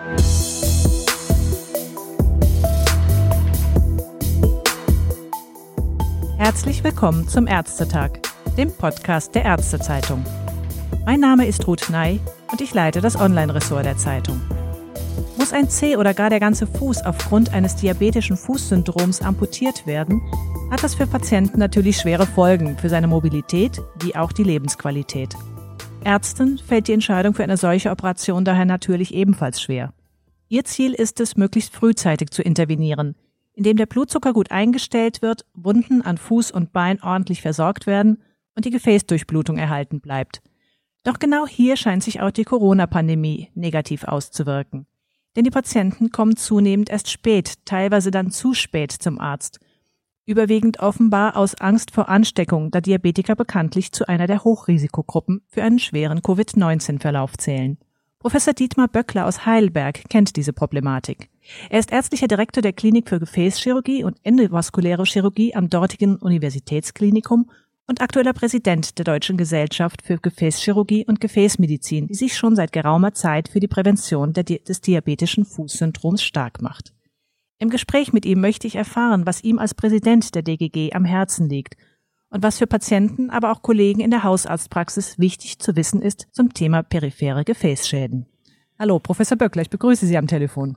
Herzlich willkommen zum Ärztetag, dem Podcast der Ärztezeitung. Mein Name ist Ruth Ney und ich leite das Online-Ressort der Zeitung. Muss ein Zeh oder gar der ganze Fuß aufgrund eines diabetischen Fußsyndroms amputiert werden, hat das für Patienten natürlich schwere Folgen für seine Mobilität wie auch die Lebensqualität. Ärzten fällt die Entscheidung für eine solche Operation daher natürlich ebenfalls schwer. Ihr Ziel ist es, möglichst frühzeitig zu intervenieren, indem der Blutzucker gut eingestellt wird, Wunden an Fuß und Bein ordentlich versorgt werden und die Gefäßdurchblutung erhalten bleibt. Doch genau hier scheint sich auch die Corona-Pandemie negativ auszuwirken. Denn die Patienten kommen zunehmend erst spät, teilweise dann zu spät zum Arzt. Überwiegend offenbar aus Angst vor Ansteckung, da Diabetiker bekanntlich zu einer der Hochrisikogruppen für einen schweren Covid-19-Verlauf zählen. Professor Dietmar Böckler aus Heidelberg kennt diese Problematik. Er ist ärztlicher Direktor der Klinik für Gefäßchirurgie und endovaskuläre Chirurgie am dortigen Universitätsklinikum und aktueller Präsident der Deutschen Gesellschaft für Gefäßchirurgie und Gefäßmedizin, die sich schon seit geraumer Zeit für die Prävention des diabetischen Fußsyndroms stark macht. Im Gespräch mit ihm möchte ich erfahren, was ihm als Präsident der DGG am Herzen liegt und was für Patienten, aber auch Kollegen in der Hausarztpraxis wichtig zu wissen ist zum Thema periphere Gefäßschäden. Hallo, Professor Böckler, ich begrüße Sie am Telefon.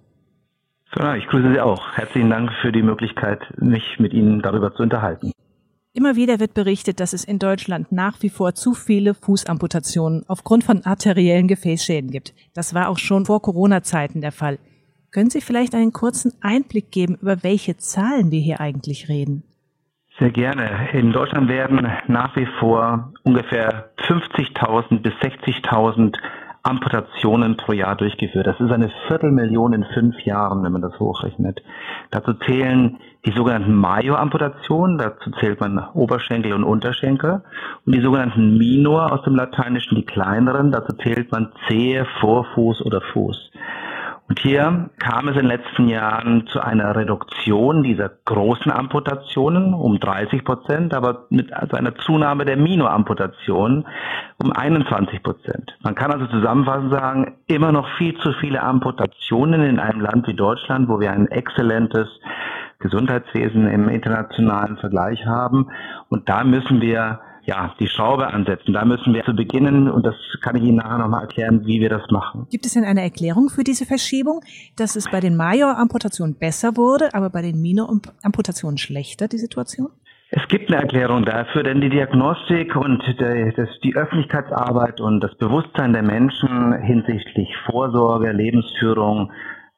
Ich grüße Sie auch. Herzlichen Dank für die Möglichkeit, mich mit Ihnen darüber zu unterhalten. Immer wieder wird berichtet, dass es in Deutschland nach wie vor zu viele Fußamputationen aufgrund von arteriellen Gefäßschäden gibt. Das war auch schon vor Corona-Zeiten der Fall. Können Sie vielleicht einen kurzen Einblick geben, über welche Zahlen wir hier eigentlich reden? Sehr gerne. In Deutschland werden nach wie vor ungefähr 50.000 bis 60.000 Amputationen pro Jahr durchgeführt. Das ist eine Viertelmillion in 5 Jahren, wenn man das hochrechnet. Dazu zählen die sogenannten Major-Amputationen, dazu zählt man Oberschenkel und Unterschenkel, und die sogenannten Minor aus dem Lateinischen, die kleineren, dazu zählt man Zehe, Vorfuß oder Fuß. Und hier kam es in den letzten Jahren zu einer Reduktion dieser großen Amputationen um 30%, aber mit einer Zunahme der Minor-Amputationen um 21%. Man kann also zusammenfassend sagen, immer noch viel zu viele Amputationen in einem Land wie Deutschland, wo wir ein exzellentes Gesundheitswesen im internationalen Vergleich haben. Und da müssen wir die Schraube ansetzen. Da müssen wir zu beginnen, und das kann ich Ihnen nachher nochmal erklären, wie wir das machen. Gibt es denn eine Erklärung für diese Verschiebung, dass es bei den Major-Amputationen besser wurde, aber bei den Minor-Amputationen schlechter, die Situation? Es gibt eine Erklärung dafür, denn die Diagnostik und die Öffentlichkeitsarbeit und das Bewusstsein der Menschen hinsichtlich Vorsorge, Lebensführung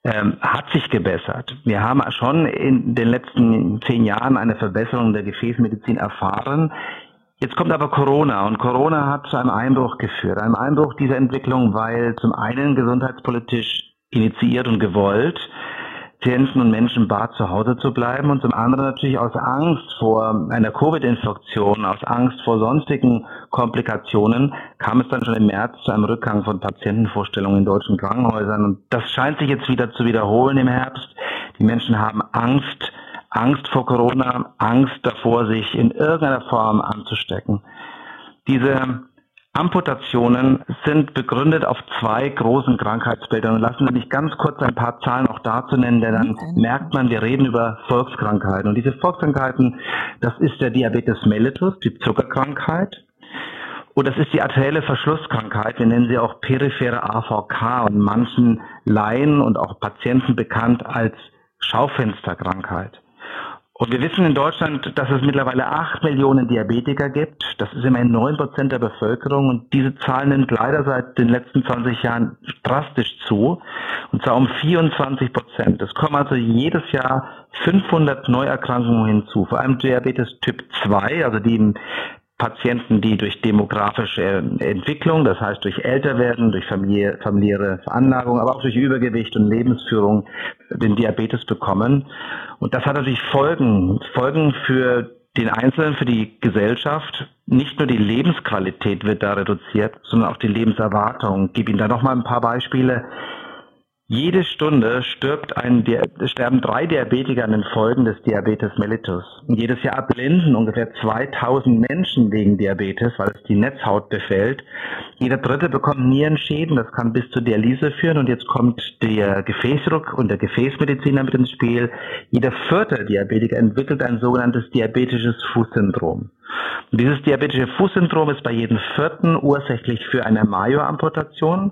hat sich gebessert. Wir haben schon in den letzten 10 Jahren eine Verbesserung der Gefäßmedizin erfahren. Jetzt kommt aber Corona, und Corona hat zu einem Einbruch geführt. Einem Einbruch dieser Entwicklung, weil zum einen gesundheitspolitisch initiiert und gewollt, Patienten und Menschen bat, zu Hause zu bleiben, und zum anderen natürlich aus Angst vor einer Covid-Infektion, aus Angst vor sonstigen Komplikationen, kam es dann schon im März zu einem Rückgang von Patientenvorstellungen in deutschen Krankenhäusern. Und das scheint sich jetzt wieder zu wiederholen im Herbst. Die Menschen haben Angst vor Corona, Angst davor, sich in irgendeiner Form anzustecken. Diese Amputationen sind begründet auf 2 großen Krankheitsbildern. Und lassen Sie mich ganz kurz ein paar Zahlen auch dazu nennen, denn dann merkt man, wir reden über Volkskrankheiten. Und diese Volkskrankheiten, das ist der Diabetes mellitus, die Zuckerkrankheit. Und das ist die arterielle Verschlusskrankheit. Wir nennen sie auch periphere AVK und manchen Laien und auch Patienten bekannt als Schaufensterkrankheit. Und wir wissen in Deutschland, dass es mittlerweile 8 Millionen Diabetiker gibt. Das ist immerhin 9% der Bevölkerung. Und diese Zahl nimmt leider seit den letzten 20 Jahren drastisch zu. Und zwar um 24%. Es kommen also jedes Jahr 500 Neuerkrankungen hinzu. Vor allem Diabetes Typ 2, also die Patienten, die durch demografische Entwicklung, das heißt durch Älterwerden, durch familiäre Veranlagung, aber auch durch Übergewicht und Lebensführung den Diabetes bekommen. Und das hat natürlich Folgen für den Einzelnen, für die Gesellschaft. Nicht nur die Lebensqualität wird da reduziert, sondern auch die Lebenserwartung. Ich gebe Ihnen da nochmal ein paar Beispiele. Jede Stunde sterben 3 Diabetiker an den Folgen des Diabetes mellitus. Und jedes Jahr erblinden ungefähr 2000 Menschen wegen Diabetes, weil es die Netzhaut befällt. Jeder Dritte bekommt Nierenschäden, das kann bis zur Dialyse führen. Und jetzt kommt der Gefäßchirurg und der Gefäßmediziner mit ins Spiel. Jeder 4. Diabetiker entwickelt ein sogenanntes diabetisches Fußsyndrom. Und dieses diabetische Fußsyndrom ist bei jedem 4. ursächlich für eine Mayo-Amputation.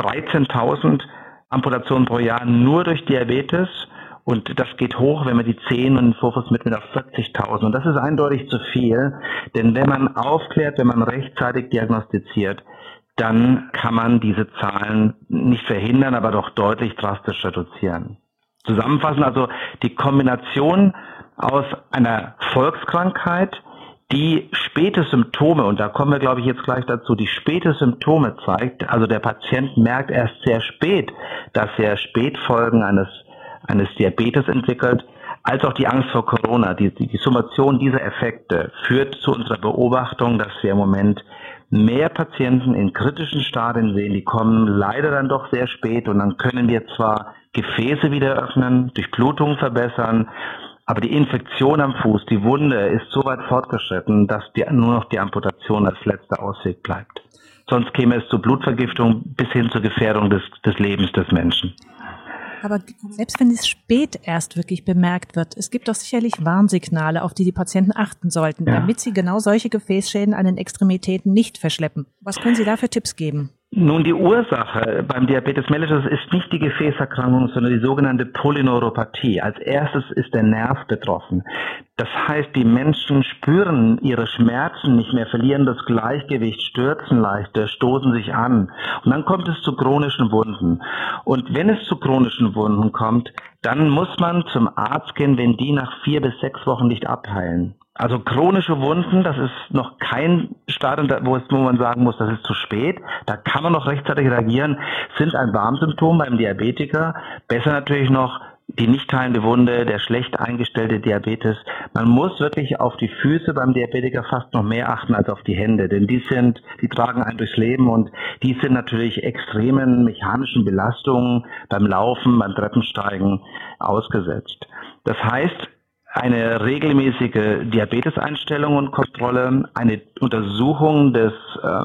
13.000 Amputationen pro Jahr nur durch Diabetes, und das geht hoch, wenn man die 10 und den Vorfuß mitnimmt, auf 40.000. Und das ist eindeutig zu viel, denn wenn man aufklärt, wenn man rechtzeitig diagnostiziert, dann kann man diese Zahlen nicht verhindern, aber doch deutlich drastisch reduzieren. Zusammenfassend also die Kombination aus einer Volkskrankheit, die späte Symptome, und da kommen wir, glaube ich, jetzt gleich dazu, die späte Symptome zeigt, also der Patient merkt erst sehr spät, dass er Spätfolgen eines Diabetes entwickelt, als auch die Angst vor Corona. Die Summation dieser Effekte führt zu unserer Beobachtung, dass wir im Moment mehr Patienten in kritischen Stadien sehen, die kommen leider dann doch sehr spät, und dann können wir zwar Gefäße wieder öffnen, Durchblutung verbessern, aber die Infektion am Fuß, die Wunde, ist so weit fortgeschritten, dass nur noch die Amputation als letzter Ausweg bleibt. Sonst käme es zu Blutvergiftung bis hin zur Gefährdung des Lebens des Menschen. Aber selbst wenn es spät erst wirklich bemerkt wird, es gibt doch sicherlich Warnsignale, auf die die Patienten achten sollten, damit sie genau solche Gefäßschäden an den Extremitäten nicht verschleppen. Was können Sie da für Tipps geben? Nun, die Ursache beim Diabetes mellitus ist nicht die Gefäßerkrankung, sondern die sogenannte Polyneuropathie. Als erstes ist der Nerv betroffen. Das heißt, die Menschen spüren ihre Schmerzen nicht mehr, verlieren das Gleichgewicht, stürzen leichter, stoßen sich an. Und dann kommt es zu chronischen Wunden. Und wenn es zu chronischen Wunden kommt, dann muss man zum Arzt gehen, wenn die nach 4 bis 6 Wochen nicht abheilen. Also chronische Wunden, das ist noch kein Stadium, wo man sagen muss, das ist zu spät. Da kann man noch rechtzeitig reagieren, sind ein Warnsymptom beim Diabetiker. Besser natürlich noch die nicht heilende Wunde, der schlecht eingestellte Diabetes. Man muss wirklich auf die Füße beim Diabetiker fast noch mehr achten als auf die Hände, denn die tragen einen durchs Leben, und die sind natürlich extremen mechanischen Belastungen beim Laufen, beim Treppensteigen ausgesetzt. Das heißt, eine regelmäßige Diabeteseinstellung und Kontrolle, eine Untersuchung des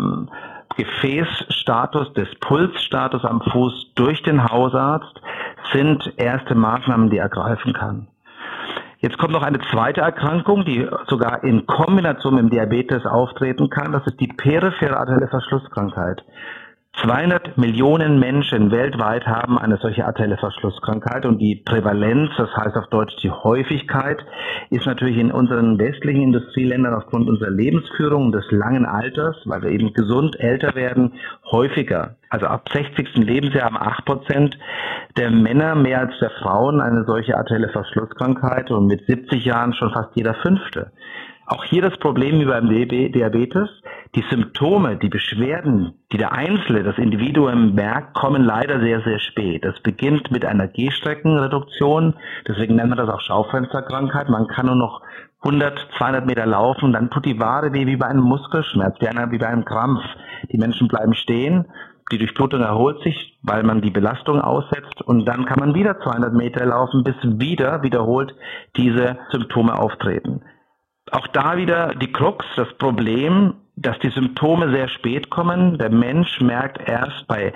Gefäßstatus, des Pulsstatus am Fuß durch den Hausarzt sind erste Maßnahmen, die er ergreifen kann. Jetzt kommt noch eine zweite Erkrankung, die sogar in Kombination mit dem Diabetes auftreten kann. Das ist die periphere arterielle Verschlusskrankheit. 200 Millionen Menschen weltweit haben eine solche arterielle Verschlusskrankheit, und die Prävalenz, das heißt auf Deutsch die Häufigkeit, ist natürlich in unseren westlichen Industrieländern aufgrund unserer Lebensführung und des langen Alters, weil wir eben gesund älter werden, häufiger. Also ab 60. Lebensjahr haben 8% der Männer mehr als der Frauen eine solche arterielle Verschlusskrankheit, und mit 70 Jahren schon fast jeder 5. Auch hier das Problem wie beim Diabetes. Die Symptome, die Beschwerden, die der Einzelne, das Individuum merkt, kommen leider sehr, sehr spät. Das beginnt mit einer Gehstreckenreduktion. Deswegen nennt man das auch Schaufensterkrankheit. Man kann nur noch 100, 200 Meter laufen. Dann tut die Wade weh wie bei einem Muskelschmerz, wie bei einem Krampf. Die Menschen bleiben stehen. Die Durchblutung erholt sich, weil man die Belastung aussetzt. Und dann kann man wieder 200 Meter laufen, bis wiederholt diese Symptome auftreten. Auch da wieder die Krux, das Problem, dass die Symptome sehr spät kommen. Der Mensch merkt erst bei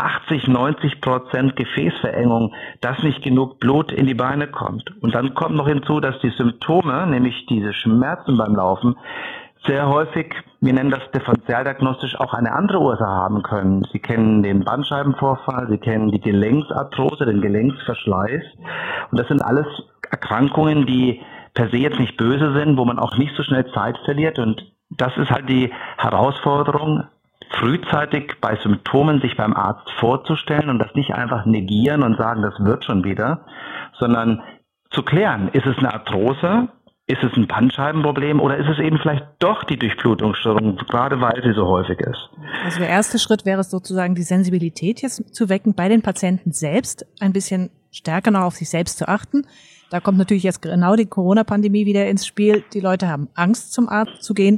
80-90% Gefäßverengung, dass nicht genug Blut in die Beine kommt. Und dann kommt noch hinzu, dass die Symptome, nämlich diese Schmerzen beim Laufen, sehr häufig, wir nennen das differentialdiagnostisch, auch eine andere Ursache haben können. Sie kennen den Bandscheibenvorfall, Sie kennen die Gelenksarthrose, den Gelenksverschleiß. Und das sind alles Erkrankungen, die per se jetzt nicht böse sind, wo man auch nicht so schnell Zeit verliert. Und das ist halt die Herausforderung, frühzeitig bei Symptomen sich beim Arzt vorzustellen und das nicht einfach negieren und sagen, das wird schon wieder, sondern zu klären, ist es eine Arthrose, ist es ein Bandscheibenproblem oder ist es eben vielleicht doch die Durchblutungsstörung, gerade weil sie so häufig ist. Also der erste Schritt wäre es sozusagen, die Sensibilität jetzt zu wecken, bei den Patienten selbst ein bisschen stärker noch auf sich selbst zu achten. Da kommt natürlich jetzt genau die Corona-Pandemie wieder ins Spiel. Die Leute haben Angst, zum Arzt zu gehen.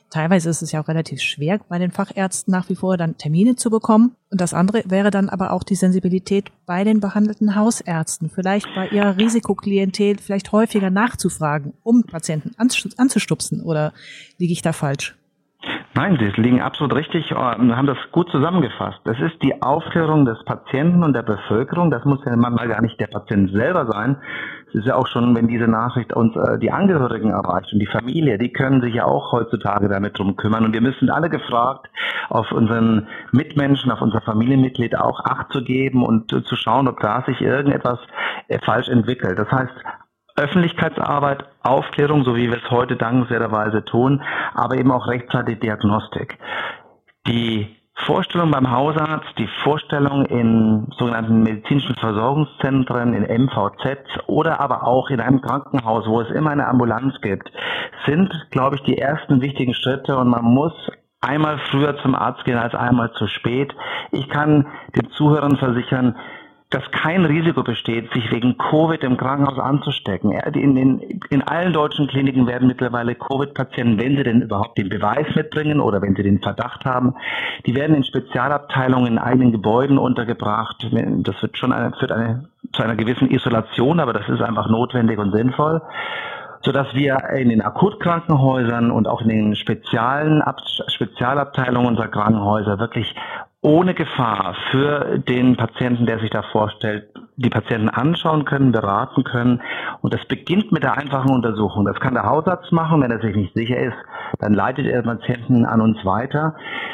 teilweise ist es ja auch relativ schwer, bei den Fachärzten nach wie vor dann Termine zu bekommen. Und das andere wäre dann aber auch die Sensibilität bei den behandelten Hausärzten, vielleicht bei ihrer Risikoklientel vielleicht häufiger nachzufragen, um Patienten anzustupsen. Oder liege ich da falsch? Nein, Sie liegen absolut richtig und haben das gut zusammengefasst. Das ist die Aufklärung des Patienten und der Bevölkerung. Das muss ja manchmal gar nicht der Patient selber sein. Es ist ja auch schon, wenn diese Nachricht uns die Angehörigen erreicht und die Familie, die können sich ja auch heutzutage damit drum kümmern. Und wir müssen alle gefragt, auf unseren Mitmenschen, auf unser Familienmitglied auch Acht zu geben und zu schauen, ob da sich irgendetwas falsch entwickelt. Das heißt, Öffentlichkeitsarbeit, Aufklärung, so wie wir es heute dankenswerterweise tun, aber eben auch rechtzeitige Diagnostik. Die Vorstellung beim Hausarzt, die Vorstellung in sogenannten medizinischen Versorgungszentren, in MVZs oder aber auch in einem Krankenhaus, wo es immer eine Ambulanz gibt, sind, glaube ich, die ersten wichtigen Schritte und man muss einmal früher zum Arzt gehen als einmal zu spät. Ich kann den Zuhörern versichern, dass kein Risiko besteht, sich wegen Covid im Krankenhaus anzustecken. In allen deutschen Kliniken werden mittlerweile Covid-Patienten, wenn sie denn überhaupt den Beweis mitbringen oder wenn sie den Verdacht haben, die werden in Spezialabteilungen in eigenen Gebäuden untergebracht. Das führt zu einer gewissen Isolation, aber das ist einfach notwendig und sinnvoll, sodass wir in den Akutkrankenhäusern und auch in den Spezialabteilungen unserer Krankenhäuser wirklich ohne Gefahr für den Patienten, der sich da vorstellt, die Patienten anschauen können, beraten können. Und das beginnt mit der einfachen Untersuchung. Das kann der Hausarzt machen, wenn er sich nicht sicher ist, dann leitet er den Patienten an uns weiter.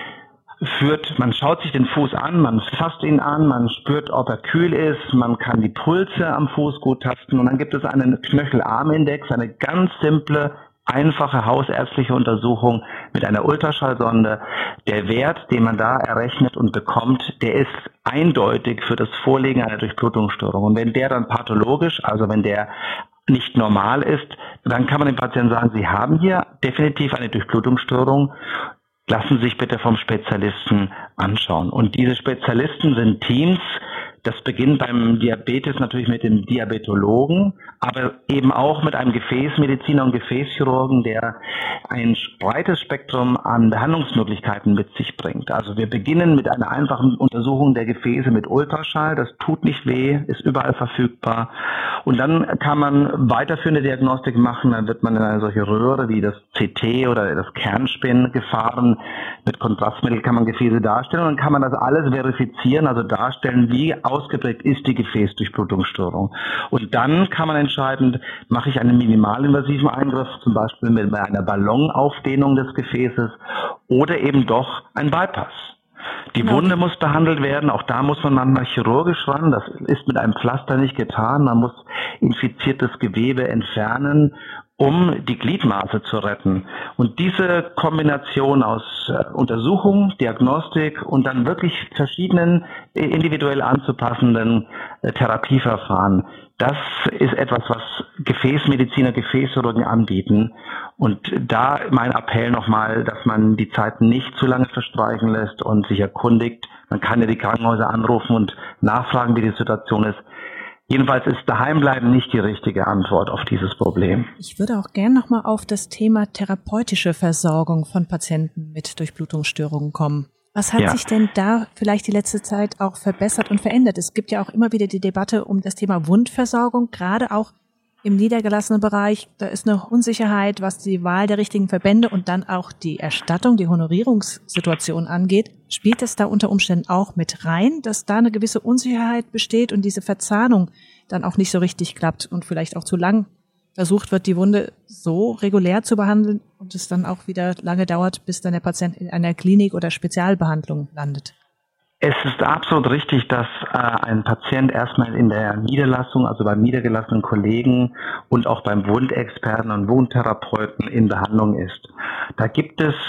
Man schaut sich den Fuß an, man fasst ihn an, man spürt, ob er kühl ist, man kann die Pulse am Fuß gut tasten und dann gibt es einen Knöchelarmindex, eine ganz simple, einfache hausärztliche Untersuchung mit einer Ultraschallsonde. Der Wert, den man da errechnet und bekommt, der ist eindeutig für das Vorliegen einer Durchblutungsstörung. Und wenn der dann pathologisch, also wenn der nicht normal ist, dann kann man dem Patienten sagen, Sie haben hier definitiv eine Durchblutungsstörung. Lassen Sie sich bitte vom Spezialisten anschauen. Und diese Spezialisten sind Teams. Das beginnt beim Diabetes natürlich mit dem Diabetologen, aber eben auch mit einem Gefäßmediziner und Gefäßchirurgen, der ein breites Spektrum an Behandlungsmöglichkeiten mit sich bringt. Also wir beginnen mit einer einfachen Untersuchung der Gefäße mit Ultraschall. Das tut nicht weh, ist überall verfügbar. Und dann kann man weiterführende Diagnostik machen. Dann wird man in eine solche Röhre wie das CT oder das Kernspin gefahren. Mit Kontrastmittel kann man Gefäße darstellen und dann kann man das alles verifizieren, also darstellen, wie ausgeprägt ist die Gefäßdurchblutungsstörung. Und dann kann man entscheiden, mache ich einen minimalinvasiven Eingriff, zum Beispiel mit einer Ballonaufdehnung des Gefäßes oder eben doch ein Bypass. Die Wunde muss behandelt werden, auch da muss man manchmal chirurgisch ran, das ist mit einem Pflaster nicht getan, man muss infiziertes Gewebe entfernen, um die Gliedmaße zu retten. Und diese Kombination aus Untersuchung, Diagnostik und dann wirklich verschiedenen individuell anzupassenden Therapieverfahren, das ist etwas, was Gefäßmediziner, Gefäßchirurgen anbieten. Und da mein Appell nochmal, dass man die Zeit nicht zu lange verstreichen lässt und sich erkundigt. Man kann ja die Krankenhäuser anrufen und nachfragen, wie die Situation ist. Jedenfalls ist Daheimbleiben nicht die richtige Antwort auf dieses Problem. Ich würde auch gern nochmal auf das Thema therapeutische Versorgung von Patienten mit Durchblutungsstörungen kommen. Was hat sich denn da vielleicht die letzte Zeit auch verbessert und verändert? Es gibt ja auch immer wieder die Debatte um das Thema Wundversorgung, gerade auch im niedergelassenen Bereich. Da ist eine Unsicherheit, was die Wahl der richtigen Verbände und dann auch die Erstattung, die Honorierungssituation angeht. Spielt es da unter Umständen auch mit rein, dass da eine gewisse Unsicherheit besteht und diese Verzahnung dann auch nicht so richtig klappt und vielleicht auch zu lang versucht wird, die Wunde so regulär zu behandeln und es dann auch wieder lange dauert, bis dann der Patient in einer Klinik oder Spezialbehandlung landet? Es ist absolut richtig, dass ein Patient erstmal in der Niederlassung, also beim niedergelassenen Kollegen und auch beim Wundexperten und Wundtherapeuten in Behandlung ist. Da gibt es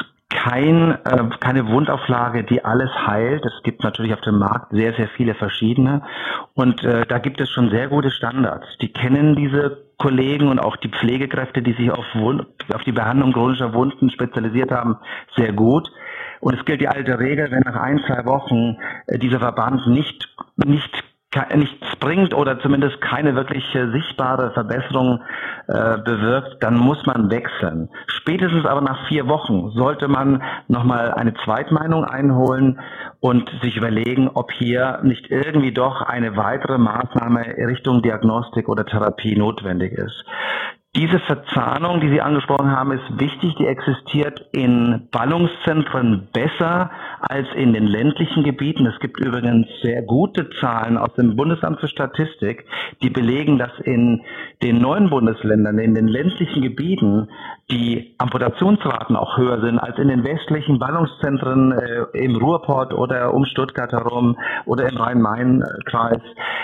keine Wundauflage, die alles heilt. Es gibt natürlich auf dem Markt sehr, sehr viele verschiedene. Und da gibt es schon sehr gute Standards. Die kennen diese Kollegen und auch die Pflegekräfte, die sich auf die Behandlung chronischer Wunden spezialisiert haben, sehr gut. Und es gilt die alte Regel, wenn nach 1-2 Wochen dieser Verband nicht nichts bringt oder zumindest keine wirklich sichtbare Verbesserung bewirkt, dann muss man wechseln. Spätestens aber nach 4 Wochen sollte man nochmal eine Zweitmeinung einholen und sich überlegen, ob hier nicht irgendwie doch eine weitere Maßnahme Richtung Diagnostik oder Therapie notwendig ist. Diese Verzahnung, die Sie angesprochen haben, ist wichtig. Die existiert in Ballungszentren besser als in den ländlichen Gebieten. Es gibt übrigens sehr gute Zahlen aus dem Bundesamt für Statistik, die belegen, dass in den neuen Bundesländern, in den ländlichen Gebieten, die Amputationsraten auch höher sind als in den westlichen Ballungszentren im Ruhrpott oder um Stuttgart herum oder im Rhein-Main-Kreis.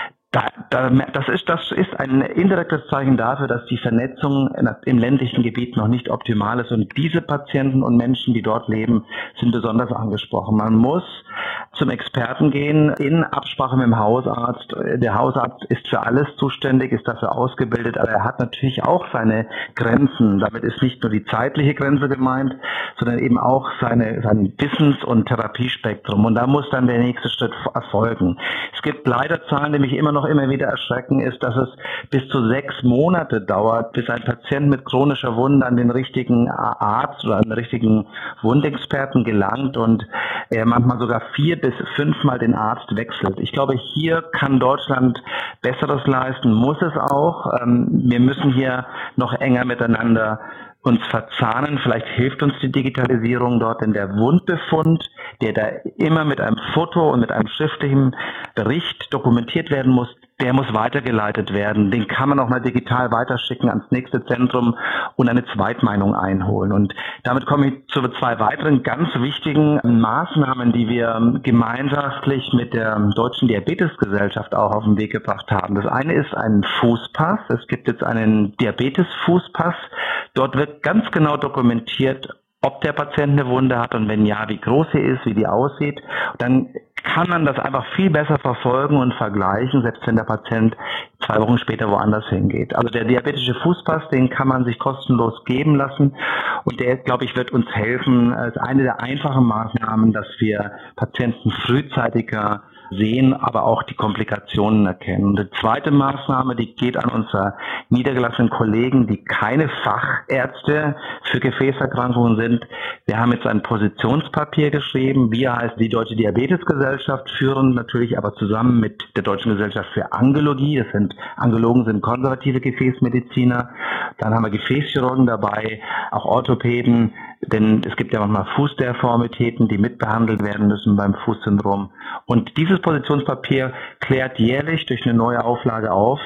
Das ist ein indirektes Zeichen dafür, dass die Vernetzung im ländlichen Gebiet noch nicht optimal ist. Und diese Patienten und Menschen, die dort leben, sind besonders angesprochen. Man muss zum Experten gehen, in Absprache mit dem Hausarzt. Der Hausarzt ist für alles zuständig, ist dafür ausgebildet, aber er hat natürlich auch seine Grenzen. Damit ist nicht nur die zeitliche Grenze gemeint, sondern eben auch sein Wissens- und Therapiespektrum. Und da muss dann der nächste Schritt erfolgen. Es gibt leider Zahlen, die mich immer wieder erschrecken, ist, dass es bis zu 6 Monate dauert, bis ein Patient mit chronischer Wunde an den richtigen Arzt oder an den richtigen Wundexperten gelangt und er manchmal sogar 4 bis 5 Mal den Arzt wechselt. Ich glaube, hier kann Deutschland Besseres leisten, muss es auch. Wir müssen hier noch enger miteinander uns verzahnen. Vielleicht hilft uns die Digitalisierung dort, denn der Wundbefund, der da immer mit einem Foto und mit einem schriftlichen Bericht dokumentiert werden muss, der muss weitergeleitet werden. Den kann man auch mal digital weiterschicken ans nächste Zentrum und eine Zweitmeinung einholen. Und damit komme ich zu 2 weiteren ganz wichtigen Maßnahmen, die wir gemeinschaftlich mit der Deutschen Diabetesgesellschaft auch auf den Weg gebracht haben. Das eine ist ein Fußpass. Es gibt jetzt einen Diabetes-Fußpass. Dort wird ganz genau dokumentiert, ob der Patient eine Wunde hat und wenn ja, wie groß sie ist, wie die aussieht. Dann kann man das einfach viel besser verfolgen und vergleichen, selbst wenn der Patient 2 Wochen später woanders hingeht. Also der diabetische Fußpass, den kann man sich kostenlos geben lassen und der, glaube ich, wird uns helfen, als eine der einfachen Maßnahmen, dass wir Patienten frühzeitiger sehen, aber auch die Komplikationen erkennen. Und die zweite Maßnahme, die geht an unsere niedergelassenen Kollegen, die keine Fachärzte für Gefäßerkrankungen sind. Wir haben jetzt ein Positionspapier geschrieben. Wir heißt die Deutsche Diabetesgesellschaft, führen natürlich aber zusammen mit der Deutschen Gesellschaft für Angiologie. Angiologen sind konservative Gefäßmediziner. Dann haben wir Gefäßchirurgen dabei, auch Orthopäden, denn es gibt ja manchmal Fußdeformitäten, die mitbehandelt werden müssen beim Fußsyndrom. Und dieses Positionspapier klärt jährlich durch eine neue Auflage auf,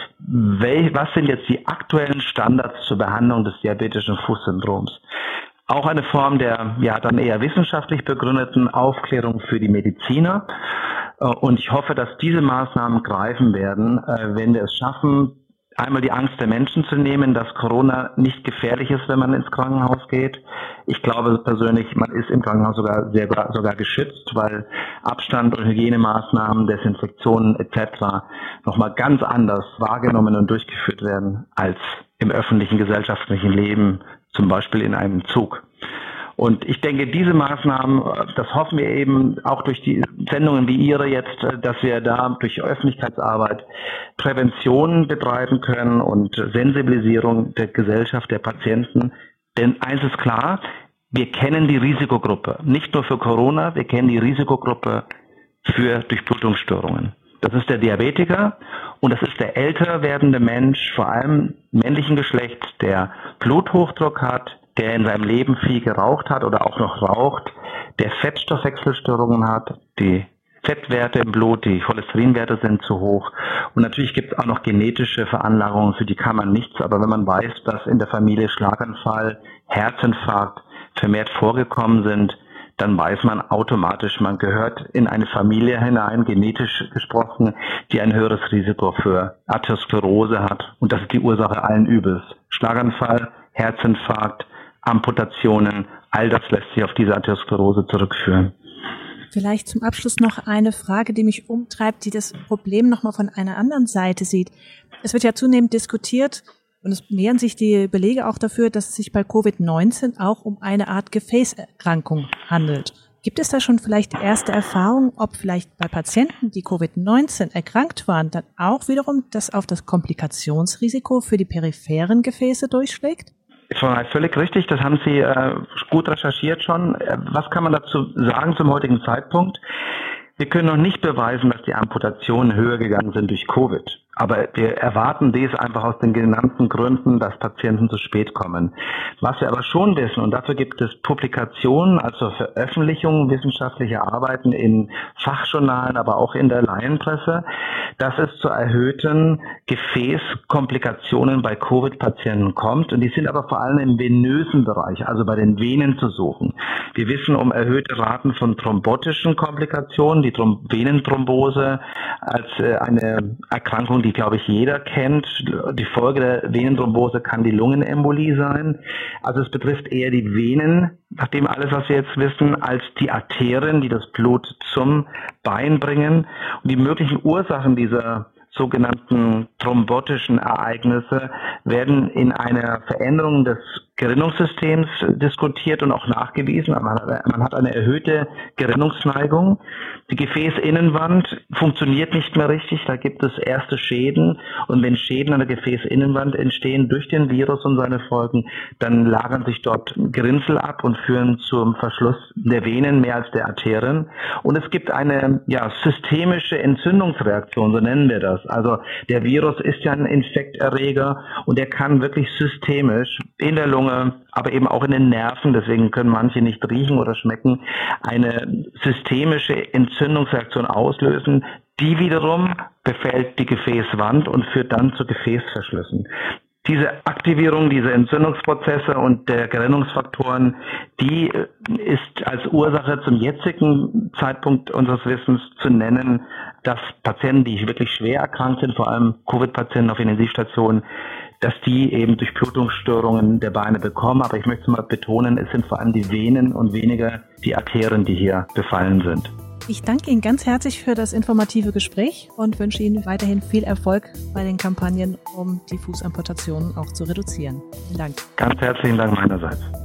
was sind jetzt die aktuellen Standards zur Behandlung des diabetischen Fußsyndroms. Auch eine Form der dann eher wissenschaftlich begründeten Aufklärung für die Mediziner. Und ich hoffe, dass diese Maßnahmen greifen werden, wenn wir es schaffen, einmal die Angst der Menschen zu nehmen, dass Corona nicht gefährlich ist, wenn man ins Krankenhaus geht. Ich glaube persönlich, man ist im Krankenhaus sogar geschützt, weil Abstand und Hygienemaßnahmen, Desinfektionen etc. nochmal ganz anders wahrgenommen und durchgeführt werden als im öffentlichen gesellschaftlichen Leben, zum Beispiel in einem Zug. Und ich denke, diese Maßnahmen, das hoffen wir eben auch durch die Sendungen wie Ihre jetzt, dass wir da durch Öffentlichkeitsarbeit Prävention betreiben können und Sensibilisierung der Gesellschaft, der Patienten. Denn eins ist klar, wir kennen die Risikogruppe, nicht nur für Corona, wir kennen die Risikogruppe für Durchblutungsstörungen. Das ist der Diabetiker und das ist der älter werdende Mensch, vor allem männlichen Geschlechts, der Bluthochdruck hat, der in seinem Leben viel geraucht hat oder auch noch raucht, der Fettstoffwechselstörungen hat, die Fettwerte im Blut, die Cholesterinwerte sind zu hoch. Und natürlich gibt es auch noch genetische Veranlagungen, für die kann man nichts. Aber wenn man weiß, dass in der Familie Schlaganfall, Herzinfarkt vermehrt vorgekommen sind, dann weiß man automatisch, man gehört in eine Familie hinein, genetisch gesprochen, die ein höheres Risiko für Arteriosklerose hat. Und das ist die Ursache allen Übels. Schlaganfall, Herzinfarkt, Amputationen, all das lässt sich auf diese Arteriosklerose zurückführen. Vielleicht zum Abschluss noch eine Frage, die mich umtreibt, die das Problem nochmal von einer anderen Seite sieht. Es wird ja zunehmend diskutiert und es mehren sich die Belege auch dafür, dass es sich bei Covid-19 auch um eine Art Gefäßerkrankung handelt. Gibt es da schon vielleicht erste Erfahrungen, ob vielleicht bei Patienten, die Covid-19 erkrankt waren, dann auch wiederum das auf das Komplikationsrisiko für die peripheren Gefäße durchschlägt? Völlig richtig, das haben Sie gut recherchiert schon. Was kann man dazu sagen zum heutigen Zeitpunkt? Wir können noch nicht beweisen, dass die Amputationen höher gegangen sind durch Covid. Aber wir erwarten dies einfach aus den genannten Gründen, dass Patienten zu spät kommen. Was wir aber schon wissen, und dafür gibt es Publikationen, also Veröffentlichungen wissenschaftlicher Arbeiten in Fachjournalen, aber auch in der Laienpresse, dass es zu erhöhten Gefäßkomplikationen bei Covid-Patienten kommt. Und die sind aber vor allem im venösen Bereich, also bei den Venen zu suchen. Wir wissen um erhöhte Raten von thrombotischen Komplikationen, die Venenthrombose als eine Erkrankung, die, glaube ich, jeder kennt. Die Folge der Venenthrombose kann die Lungenembolie sein. Also es betrifft eher die Venen, nachdem alles, was wir jetzt wissen, als die Arterien, die das Blut zum Bein bringen. Und die möglichen Ursachen dieser sogenannten thrombotischen Ereignisse werden in einer Veränderung des Gerinnungssystems diskutiert und auch nachgewiesen. Man hat eine erhöhte Gerinnungsneigung. Die Gefäßinnenwand funktioniert nicht mehr richtig. Da gibt es erste Schäden. Und wenn Schäden an der Gefäßinnenwand entstehen durch den Virus und seine Folgen, dann lagern sich dort Gerinnsel ab und führen zum Verschluss der Venen mehr als der Arterien. Und es gibt eine systemische Entzündungsreaktion, so nennen wir das. Also der Virus ist ja ein Infekterreger und der kann wirklich systemisch in der Lunge, aber eben auch in den Nerven, deswegen können manche nicht riechen oder schmecken, eine systemische Entzündungsreaktion auslösen. Die wiederum befällt die Gefäßwand und führt dann zu Gefäßverschlüssen. Diese Aktivierung dieser Entzündungsprozesse und der Gerinnungsfaktoren, die ist als Ursache zum jetzigen Zeitpunkt unseres Wissens zu nennen, dass Patienten, die wirklich schwer erkrankt sind, vor allem Covid-Patienten auf Intensivstationen, dass die eben Durchblutungsstörungen der Beine bekommen. Aber ich möchte mal betonen, es sind vor allem die Venen und weniger die Arterien, die hier befallen sind. Ich danke Ihnen ganz herzlich für das informative Gespräch und wünsche Ihnen weiterhin viel Erfolg bei den Kampagnen, um die Fußamputationen auch zu reduzieren. Vielen Dank. Ganz herzlichen Dank meinerseits.